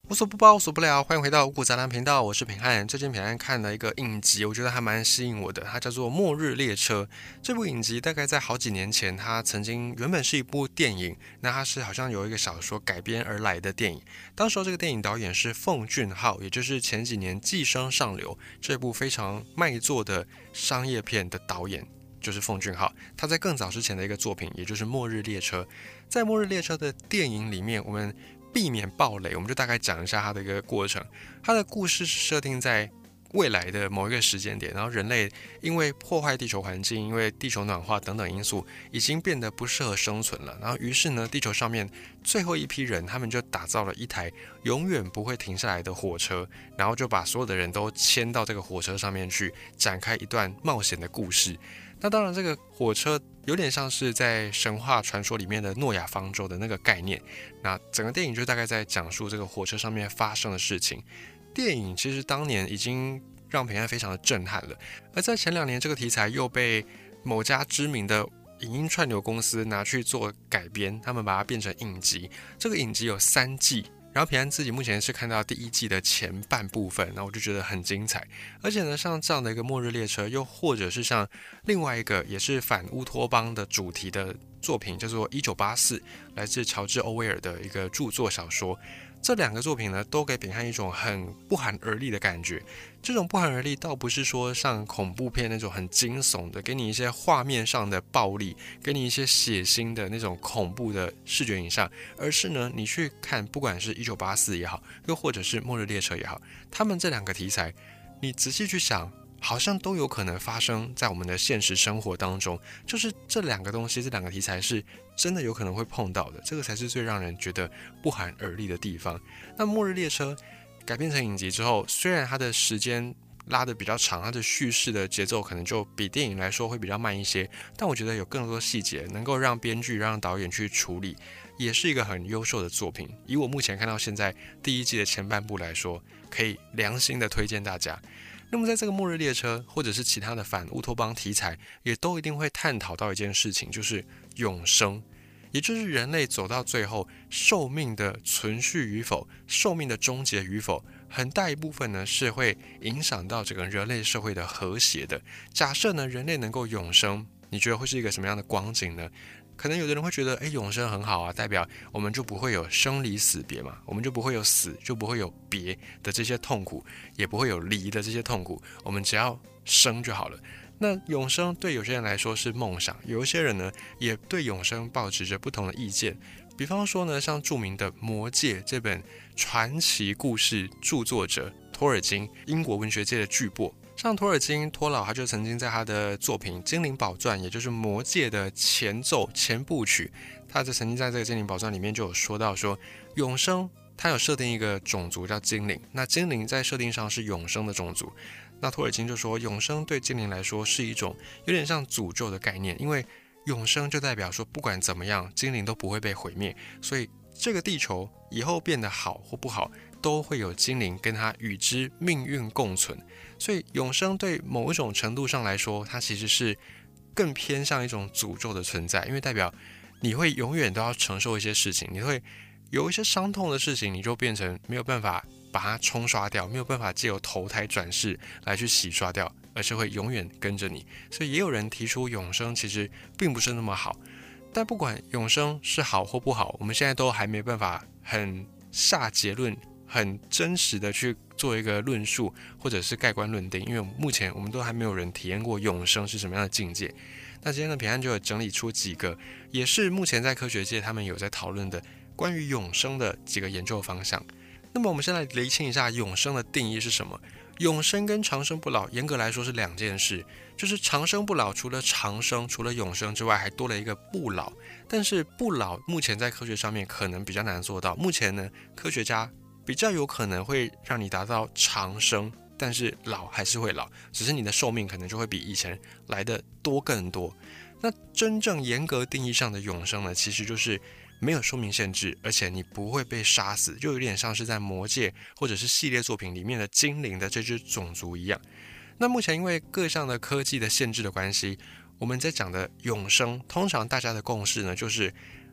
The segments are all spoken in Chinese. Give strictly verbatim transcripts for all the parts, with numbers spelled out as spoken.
无所不包，无所不聊，欢迎回到五谷杂粮频道，我是平汉。最近平汉看了一个影集，我觉得还蛮吸引我的，它叫做《末日列车》。这部影集大概在好几年前，它曾经原本是一部电影，那它是好像由一个小说改编而来的电影。当时这个电影导演是奉俊昊，也就是前几年《寄生上流》这部非常卖座的商业片的导演。就是奉俊昊，他在更早之前的一个作品，也就是《末日列车》。在《末日列车》的电影里面，我们避免暴雷，我们就大概讲一下它的一个过程。它的故事是设定在未来的某一个时间点，然后人类因为破坏地球环境，因为地球暖化等等因素，已经变得不适合生存了。然后于是呢，地球上面最后一批人，他们就打造了一台永远不会停下来的火车，然后就把所有的人都牵到这个火车上面去，展开一段冒险的故事。那当然，这个火车有点像是在神话传说里面的诺亚方舟的那个概念。那整个电影就大概在讲述这个火车上面发生的事情。电影其实当年已经让平安非常的震撼了，而在前两年，这个题材又被某家知名的影音串流公司拿去做改编，他们把它变成影集。这个影集有三季。然后平安自己目前是看到第一季的前半部分，那我就觉得很精彩。而且呢，像这样的一个末日列车，又或者是像另外一个也是反乌托邦的主题的作品，叫做《一九八四》，来自乔治·欧威尔的一个著作小说。这两个作品呢，都给平汉一种很不寒而栗的感觉。这种不寒而栗，倒不是说像恐怖片那种很惊悚的，给你一些画面上的暴力，给你一些血腥的那种恐怖的视觉影像，而是呢，你去看，不管是一九八四也好，又或者是末日列车也好，他们这两个题材，你仔细去想，好像都有可能发生在我们的现实生活当中。就是这两个东西，这两个题材是真的有可能会碰到的，这个才是最让人觉得不寒而栗的地方。那末日列车改编成影集之后，虽然它的时间拉得比较长，它的叙事的节奏可能就比电影来说会比较慢一些，但我觉得有更多细节能够让编剧让导演去处理，也是一个很优秀的作品。以我目前看到现在第一季的前半部来说，可以良心的推荐大家。那么在这个末日列车或者是其他的反乌托邦题材，也都一定会探讨到一件事情，就是永生，也就是人类走到最后，寿命的存续与否，寿命的终结与否，很大一部分呢是会影响到整个人类社会的和谐的。假设呢人类能够永生，你觉得会是一个什么样的光景呢？可能有的人会觉得，哎，永生很好啊，代表我们就不会有生离死别嘛，我们就不会有死，就不会有别的这些痛苦，也不会有离的这些痛苦，我们只要生就好了。那永生对有些人来说是梦想，有一些人呢也对永生抱持着不同的意见。比方说呢，像著名的《魔戒》这本传奇故事著作者托尔金，英国文学界的巨擘。像托尔金托老，他就曾经在他的作品《精灵宝钻》，也就是《魔戒》的前奏前部曲，他就曾经在这个《精灵宝钻》里面就有说到说，永生他有设定一个种族叫精灵，那精灵在设定上是永生的种族。那托尔金就说，永生对精灵来说是一种有点像诅咒的概念，因为永生就代表说不管怎么样，精灵都不会被毁灭，所以这个地球以后变得好或不好，都会有精灵跟它与之命运共存。所以永生对某一种程度上来说，它其实是更偏向一种诅咒的存在，因为代表你会永远都要承受一些事情，你会有一些伤痛的事情，你就变成没有办法把它冲刷掉，没有办法借由投胎转世来去洗刷掉，而是会永远跟着你。所以也有人提出永生其实并不是那么好，但不管永生是好或不好，我们现在都还没办法很下结论，很真实的去做一个论述或者是盖棺论定，因为目前我们都还没有人体验过永生是什么样的境界。那今天的平安就有整理出几个，也是目前在科学界他们有在讨论的关于永生的几个研究方向。那么我们先来厘清一下永生的定义是什么。永生跟长生不老严格来说是两件事，就是长生不老除了长生除了永生之外，还多了一个不老。但是不老目前在科学上面可能比较难做到，目前呢科学家比较有可能会让你达到长生，但是老还是会老，只是你的寿命可能就会比以前来的多更多。那真正严格定义上的永生呢，其实就是没有寿命限制，而且你不会被杀死，就有点像是在魔戒或者是系列作品里面的精灵的这只种族一样。那目前因为各项的科技的限制的关系，我们在讲的永生，通常大家的共识呢，就是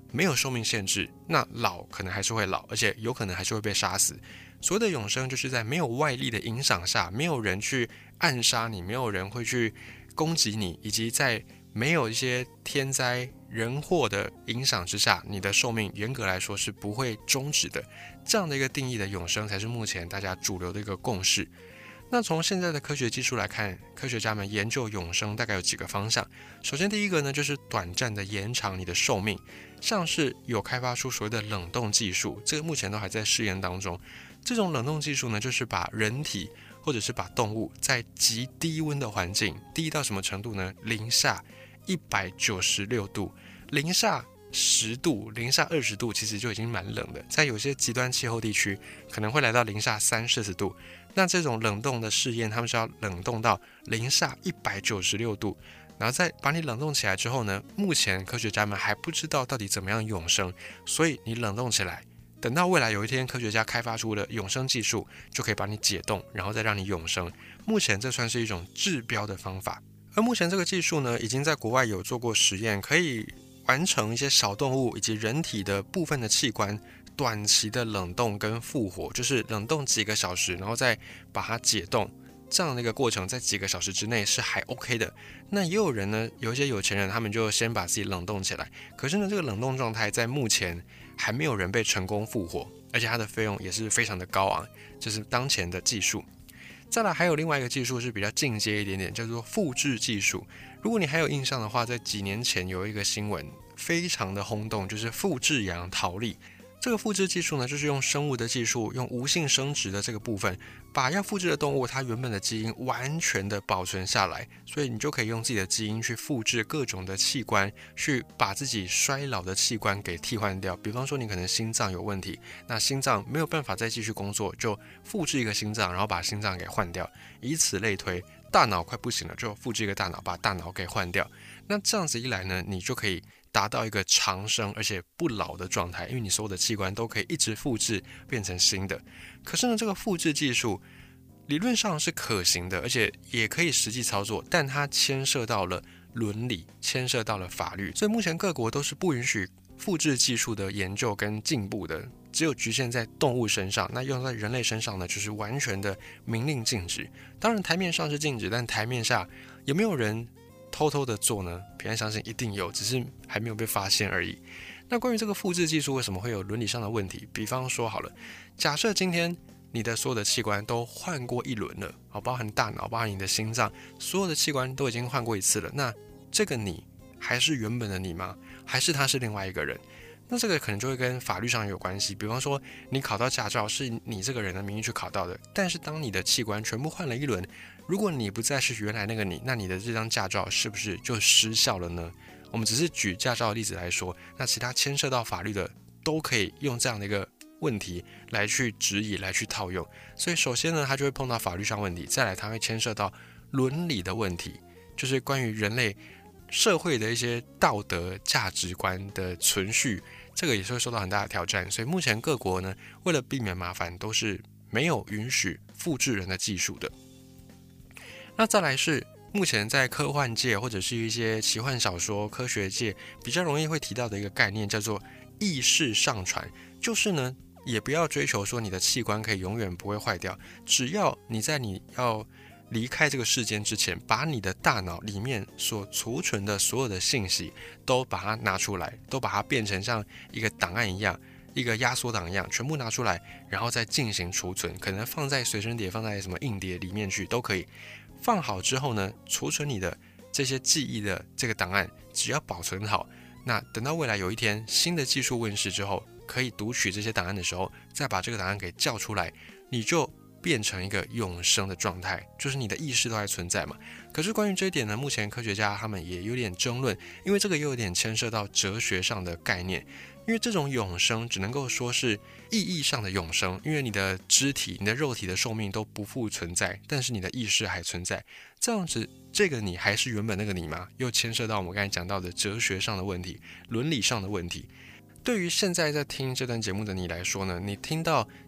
没有寿命限制，那老可能还是会老，而且有可能还是会被杀死。所谓的永生，就是在没有外力的影响下，没有人去暗杀你，没有人会去攻击你，以及在没有一些天灾人祸的影响之下，你的寿命严格来说是不会终止的。这样的一个定义的永生，才是目前大家主流的一个共识。那从现在的科学技术来看，科学家们研究永生大概有几个方向。首先第一个呢，就是短暂的延长你的寿命，像是有开发出所谓的冷冻技术，这个目前都还在试验当中。这种冷冻技术呢，就是把人体或者是把动物在极低温的环境，低到什么程度呢？零下一百九十六度，零下十度，零下二十度，其实就已经蛮冷的。在有些极端气候地区，可能会来到零下三四十度。那这种冷冻的试验，他们是要冷冻到零下一百九十六度，然后再把你冷冻起来之后呢，目前科学家们还不知道到底怎么样永生，所以你冷冻起来，等到未来有一天科学家开发出了永生技术，就可以把你解冻，然后再让你永生。目前这算是一种治标的方法。而目前这个技术呢，已经在国外有做过实验，可以完成一些小动物以及人体的部分的器官短期的冷冻跟复活，就是冷冻几个小时，然后再把它解冻，这样的一个过程在几个小时之内是还 OK 的。那也有人呢，有一些有钱人，他们就先把自己冷冻起来，可是呢，这个冷冻状态在目前还没有人被成功复活，而且它的费用也是非常的高昂，这是当前的技术。再来还有另外一个技术是比较进阶一点点，叫做复制技术。如果你还有印象的话，在几年前有一个新闻非常的轰动，就是复制羊桃莉。这个复制技术呢，就是用生物的技术，用无性生殖的这个部分，把要复制的动物它原本的基因完全的保存下来，所以你就可以用自己的基因去复制各种的器官，去把自己衰老的器官给替换掉。比方说你可能心脏有问题，那心脏没有办法再继续工作，就复制一个心脏，然后把心脏给换掉，以此类推。大脑快不行了，就复制一个大脑，把大脑给换掉。那这样子一来呢，你就可以达到一个长生而且不老的状态，因为你所有的器官都可以一直复制变成新的。可是呢，这个复制技术理论上是可行的，而且也可以实际操作，但它牵涉到了伦理，牵涉到了法律，所以目前各国都是不允许复制技术的研究跟进步的，只有局限在动物身上。那用在人类身上呢，就是完全的明令禁止。当然台面上是禁止，但台面下有没有人偷偷的做呢？平安相信一定有，只是还没有被发现而已。那关于这个复制技术为什么会有伦理上的问题？比方说好了，假设今天你的所有的器官都换过一轮了，包含大脑，包含你的心脏，所有的器官都已经换过一次了，那这个你还是原本的你吗？还是他是另外一个人？那这个可能就会跟法律上有关系。比方说你考到驾照是你这个人的名义去考到的，但是当你的器官全部换了一轮，如果你不再是原来那个你，那你的这张驾照是不是就失效了呢？我们只是举驾照的例子来说，那其他牵涉到法律的都可以用这样的一个问题来去质疑，来去套用。所以首先呢，它就会碰到法律上问题，再来它会牵涉到伦理的问题，就是关于人类社会的一些道德价值观的存续，这个也是会受到很大的挑战。所以目前各国呢，为了避免麻烦，都是没有允许复制人的技术的。那再来是目前在科幻界或者是一些奇幻小说、科学界比较容易会提到的一个概念，叫做意识上传。就是呢，也不要追求说你的器官可以永远不会坏掉，只要你在你要离开这个世间之前，把你的大脑里面所储存的所有的信息都把它拿出来，都把它变成像一个档案一样，一个压缩档一样，全部拿出来，然后再进行储存，可能放在随身碟，放在什么硬碟里面去都可以。放好之后呢，储存你的这些记忆的这个档案，只要保存好，那等到未来有一天新的技术问世之后，可以读取这些档案的时候，再把这个档案给叫出来，你就变成一个永生的状态，就是你的意识都还存在嘛。可是关于这一点呢，目前科学家他们也有点争论，因为这个又有点牵涉到哲学上的概念。因为这种永生只能够说是意义上的永生，因为你的肢体、你的肉体的寿命都不复存在，但是你的意识还存在。这样子，这个你还是原本那个你吗？又牵涉到我们刚才讲到的哲学上的问题、伦理上的问题。对于现在在听这段节目的你来说呢，你听到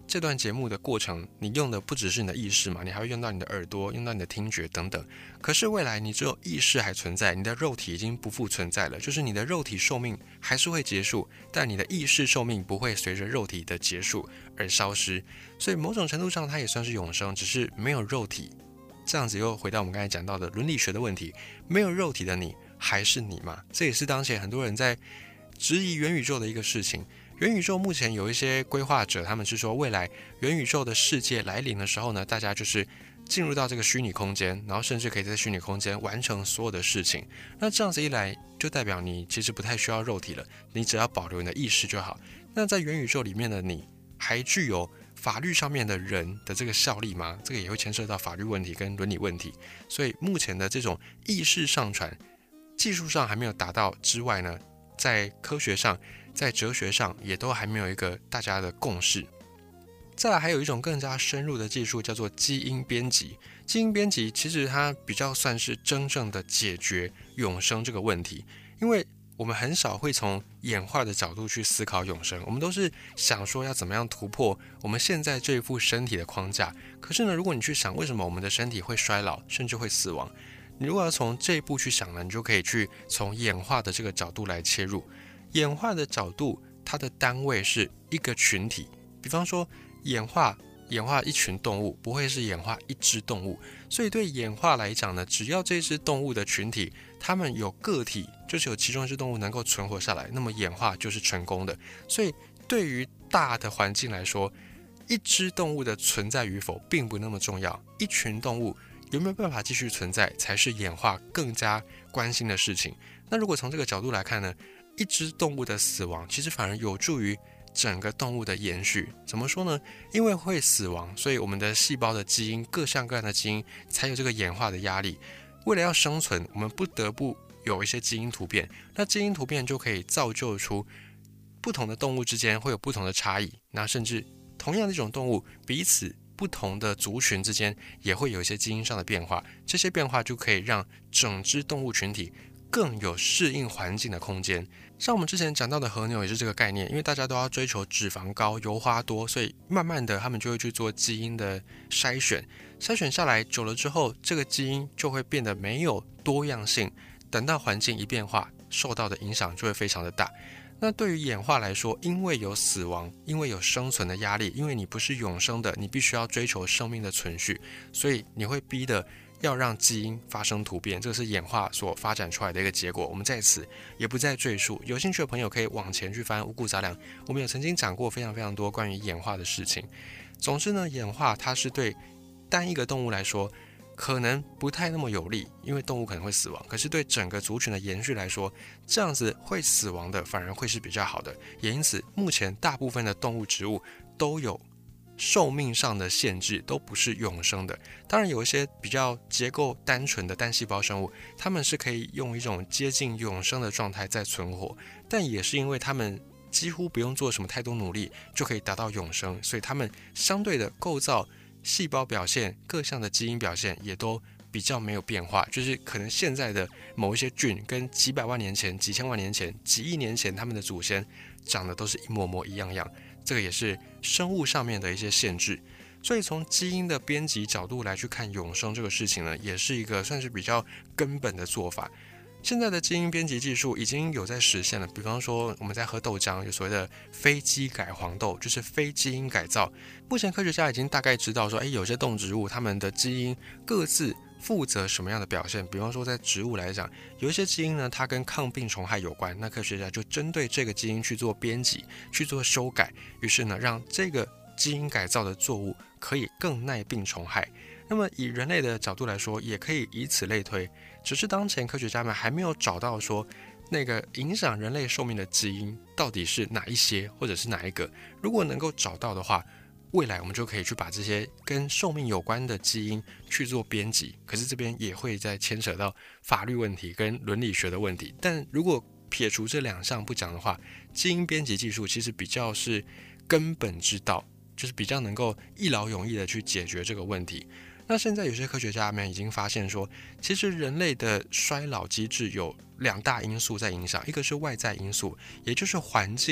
这段节目的过程，你用的不只是你的意识嘛，你还会用到你的耳朵，用到你的听觉等等。可是未来你只有意识还存在，你的肉体已经不复存在了，就是你的肉体寿命还是会结束，但你的意识寿命不会随着肉体的结束而消失。所以某种程度上它也算是永生，只是没有肉体。这样子又回到我们刚才讲到的伦理学的问题，没有肉体的你还是你吗？这也是当前很多人在质疑元宇宙的一个事情。元宇宙目前有一些规划者，他们是说未来元宇宙的世界来临的时候呢，大家就是进入到这个虚拟空间，然后甚至可以在虚拟空间完成所有的事情。那这样子一来，就代表你其实不太需要肉体了，你只要保留你的意识就好。那在元宇宙里面的你，还具有法律上面的人的这个效力吗？这个也会牵涉到法律问题跟伦理问题。所以目前的这种意识上传，技术上还没有达到之外呢，在科学上，在哲学上也都还没有一个大家的共识。再来还有一种更加深入的技术叫做基因编辑。基因编辑其实它比较算是真正的解决永生这个问题，因为我们很少会从演化的角度去思考永生，我们都是想说要怎么样突破我们现在这一副身体的框架。可是呢，如果你去想为什么我们的身体会衰老甚至会死亡，你如果要从这一步去想呢，你就可以去从演化的这个角度来切入。演化的角度，它的单位是一个群体，比方说演化演化一群动物，不会是演化一只动物。所以对演化来讲呢，只要这只动物的群体，它们有个体，就是有其中一只动物能够存活下来，那么演化就是成功的。所以对于大的环境来说，一只动物的存在与否并不那么重要，一群动物有没有办法继续存在，才是演化更加关心的事情。那如果从这个角度来看呢，一只动物的死亡其实反而有助于整个动物的延续。怎么说呢？因为会死亡，所以我们的细胞的基因，各项各样的基因才有这个演化的压力。为了要生存，我们不得不有一些基因突变，那基因突变就可以造就出不同的动物之间会有不同的差异，那甚至同样的一种动物彼此不同的族群之间也会有一些基因上的变化，这些变化就可以让整只动物群体更有适应环境的空间。像我们之前讲到的和牛也是这个概念，因为大家都要追求脂肪高、油花多，所以慢慢的他们就会去做基因的筛选，筛选下来久了之后，这个基因就会变得没有多样性，等到环境一变化，受到的影响就会非常的大。那对于演化来说，因为有死亡，因为有生存的压力，因为你不是永生的，你必须要追求生命的存续，所以你会逼的要让基因发生突变，这是演化所发展出来的一个结果。我们在此也不再赘述，有兴趣的朋友可以往前去翻五谷杂粮，我们有曾经讲过非常非常多关于演化的事情。总之呢，演化它是对单一个动物来说可能不太那么有利，因为动物可能会死亡，可是对整个族群的延续来说，这样子会死亡的反而会是比较好的。也因此目前大部分的动物植物都有寿命上的限制，都不是永生的。当然有一些比较结构单纯的单细胞生物，它们是可以用一种接近永生的状态在存活，但也是因为它们几乎不用做什么太多努力就可以达到永生，所以它们相对的构造、细胞表现、各项的基因表现也都比较没有变化，就是可能现在的某一些菌跟几百万年前、几千万年前、几亿年前他们的祖先长得都是一模模一样样，这个也是生物上面的一些限制。所以从基因的编辑角度来去看永生这个事情呢，也是一个算是比较根本的做法。现在的基因编辑技术已经有在实现了，比方说我们在喝豆浆，有所谓的非基改黄豆，就是非基因改造。目前科学家已经大概知道说，哎，有些动植物它们的基因各自负责什么样的表现。比方说在植物来讲，有一些基因呢，它跟抗病虫害有关，那科学家就针对这个基因去做编辑，去做修改，于是呢，让这个基因改造的作物可以更耐病虫害。那么以人类的角度来说，也可以以此类推，只是当前科学家们还没有找到说那个影响人类寿命的基因到底是哪一些，或者是哪一个。如果能够找到的话，未来我们就可以去把这些跟寿命有关的基因去做编辑。可是这边也会再牵扯到法律问题跟伦理学的问题。但如果撇除这两项不讲的话，基因编辑技术其实比较是根本之道，就是比较能够一劳永逸的去解决这个问题。那现在有些科学家们已经发现说，其实人类的衰老机制有两大因素在影响，一个是外在因素，也就是环境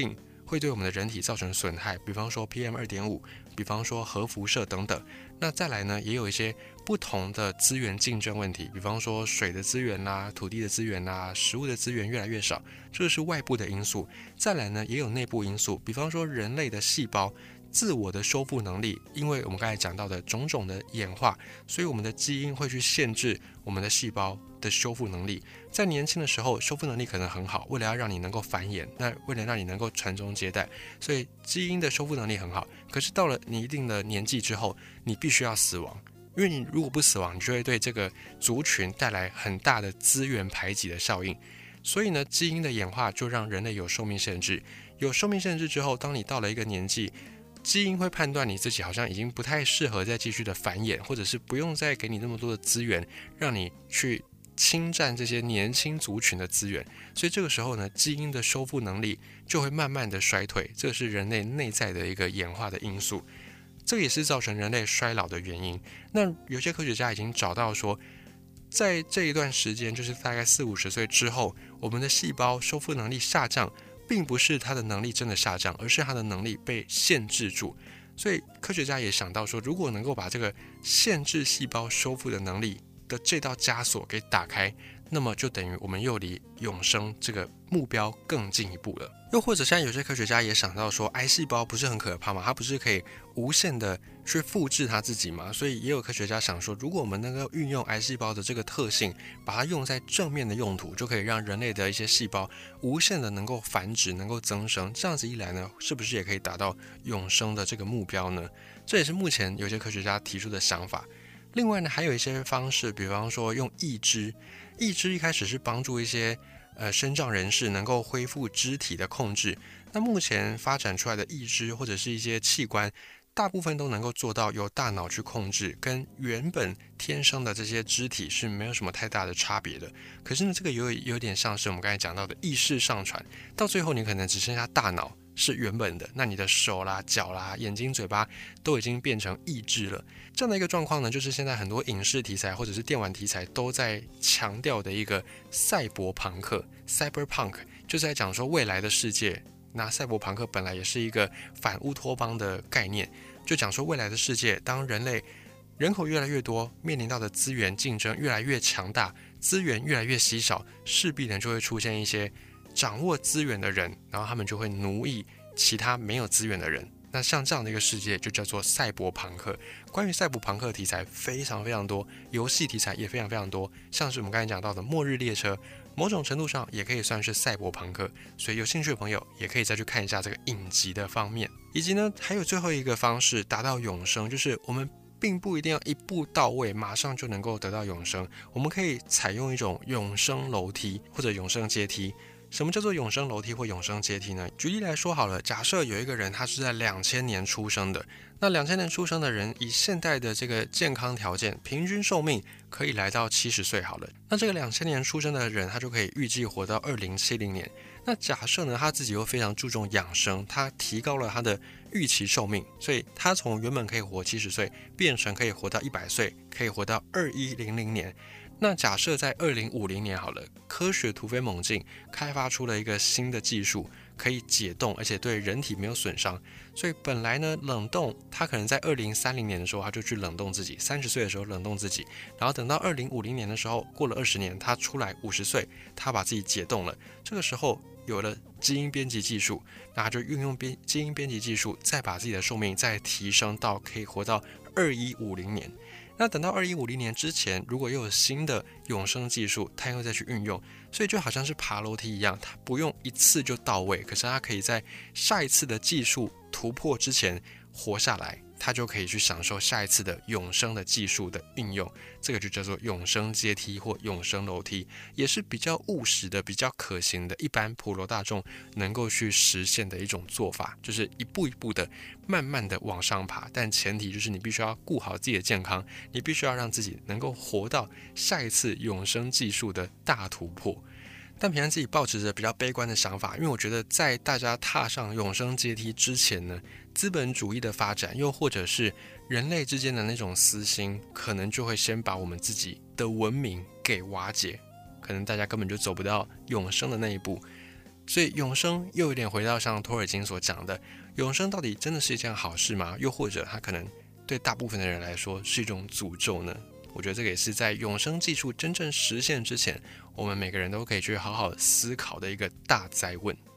会对我们的人体造成损害，比方说 P M 二点五， 比方说核辐射等等。那再来呢，也有一些不同的资源竞争问题，比方说水的资源啦、土地的资源啦、食物的资源越来越少，这是外部的因素。再来呢，也有内部因素，比方说人类的细胞自我的修复能力，因为我们刚才讲到的种种的演化，所以我们的基因会去限制我们的细胞的修复能力。在年轻的时候，修复能力可能很好，为了要让你能够繁衍，那为了让你能够传宗接代，所以基因的修复能力很好。可是到了你一定的年纪之后，你必须要死亡，因为你如果不死亡，你就会对这个族群带来很大的资源排挤的效应。所以呢，基因的演化就让人类有寿命限制。有寿命限制之后，当你到了一个年纪，基因会判断你自己好像已经不太适合再继续的繁衍，或者是不用再给你那么多的资源，让你去侵占这些年轻族群的资源。所以这个时候呢，基因的修复能力就会慢慢的衰退，这是人类内在的一个演化的因素，这也是造成人类衰老的原因。那有些科学家已经找到说，在这一段时间，就是大概四五十岁之后，我们的细胞修复能力下降，并不是它的能力真的下降，而是它的能力被限制住。所以科学家也想到说，如果能够把这个限制细胞修复的能力的这道枷锁给打开，那么就等于我们又离永生这个目标更进一步了。又或者现在有些科学家也想到说，癌细胞不是很可怕吗？它不是可以无限的去复制它自己吗？所以也有科学家想说，如果我们能够运用癌细胞的这个特性，把它用在正面的用途，就可以让人类的一些细胞无限的能够繁殖，能够增生。这样子一来呢，是不是也可以达到永生的这个目标呢？这也是目前有些科学家提出的想法。另外呢，还有一些方式，比方说用义肢。义肢一开始是帮助一些呃身障人士能够恢复肢体的控制。那目前发展出来的义肢或者是一些器官，大部分都能够做到由大脑去控制，跟原本天生的这些肢体是没有什么太大的差别的。可是呢，这个有有点像是我们刚才讲到的意识上传，到最后你可能只剩下大脑是原本的，那你的手啦、脚啦、眼睛、嘴巴都已经变成义肢了。这样的一个状况呢，就是现在很多影视题材或者是电玩题材都在强调的一个赛博朋克 （Cyberpunk）， 就是在讲说未来的世界。那赛博朋克本来也是一个反乌托邦的概念，就讲说未来的世界，当人类人口越来越多，面临到的资源竞争越来越强大，资源越来越稀少，势必呢就会出现一些掌握资源的人，然后他们就会奴役其他没有资源的人。那像这样的一个世界就叫做赛博朋克。关于赛博朋克题材非常非常多，游戏题材也非常非常多，像是我们刚才讲到的末日列车，某种程度上也可以算是赛博朋克。所以有兴趣的朋友也可以再去看一下这个影集的方面。以及呢，还有最后一个方式达到永生，就是我们并不一定要一步到位，马上就能够得到永生，我们可以采用一种永生楼梯或者永生阶梯。什么叫做永生楼梯或永生阶梯呢？举例来说好了，假设有一个人他是在两千年出生的，那两千年出生的人以现代的这个健康条件，平均寿命可以来到七十岁好了。那这个两千年出生的人，他就可以预计活到二零七零年。那假设呢，他自己又非常注重养生，他提高了他的预期寿命，所以他从原本可以活七十岁，变成可以活到一百岁，可以活到二一零零年。那假设在二零五零年好了，科学突飞猛进，开发出了一个新的技术，可以解冻，而且对人体没有损伤。所以本来呢，冷冻他可能在二零三零年的时候，他就去冷冻自己，三十岁的时候冷冻自己，然后等到二零五零年的时候，过了二十年，他出来五十岁，他把自己解冻了。这个时候有了基因编辑技术，那他就运用编基因编辑技术，再把自己的寿命再提升到可以活到二一五零年。那等到二一五零年之前，如果又有新的永生技术，它又再去运用，所以就好像是爬楼梯一样，它不用一次就到位，可是它可以在下一次的技术突破之前活下来，它就可以去享受下一次的永生的技术的应用。这个就叫做永生阶梯或永生楼梯，也是比较务实的、比较可行的，一般普罗大众能够去实现的一种做法，就是一步一步的慢慢的往上爬，但前提就是你必须要顾好自己的健康，你必须要让自己能够活到下一次永生技术的大突破。但平常自己抱持着比较悲观的想法，因为我觉得在大家踏上永生阶梯之前呢，资本主义的发展，又或者是人类之间的那种私心，可能就会先把我们自己的文明给瓦解，可能大家根本就走不到永生的那一步。 所以永生又有点回到像托尔金所讲的，永生到底真的是一件好事吗？又或者它可能对大部分的人来说是一种诅咒呢？我觉得这个也是在永生技术真正实现之前，我们每个人都可以去好好思考的一个大哉问。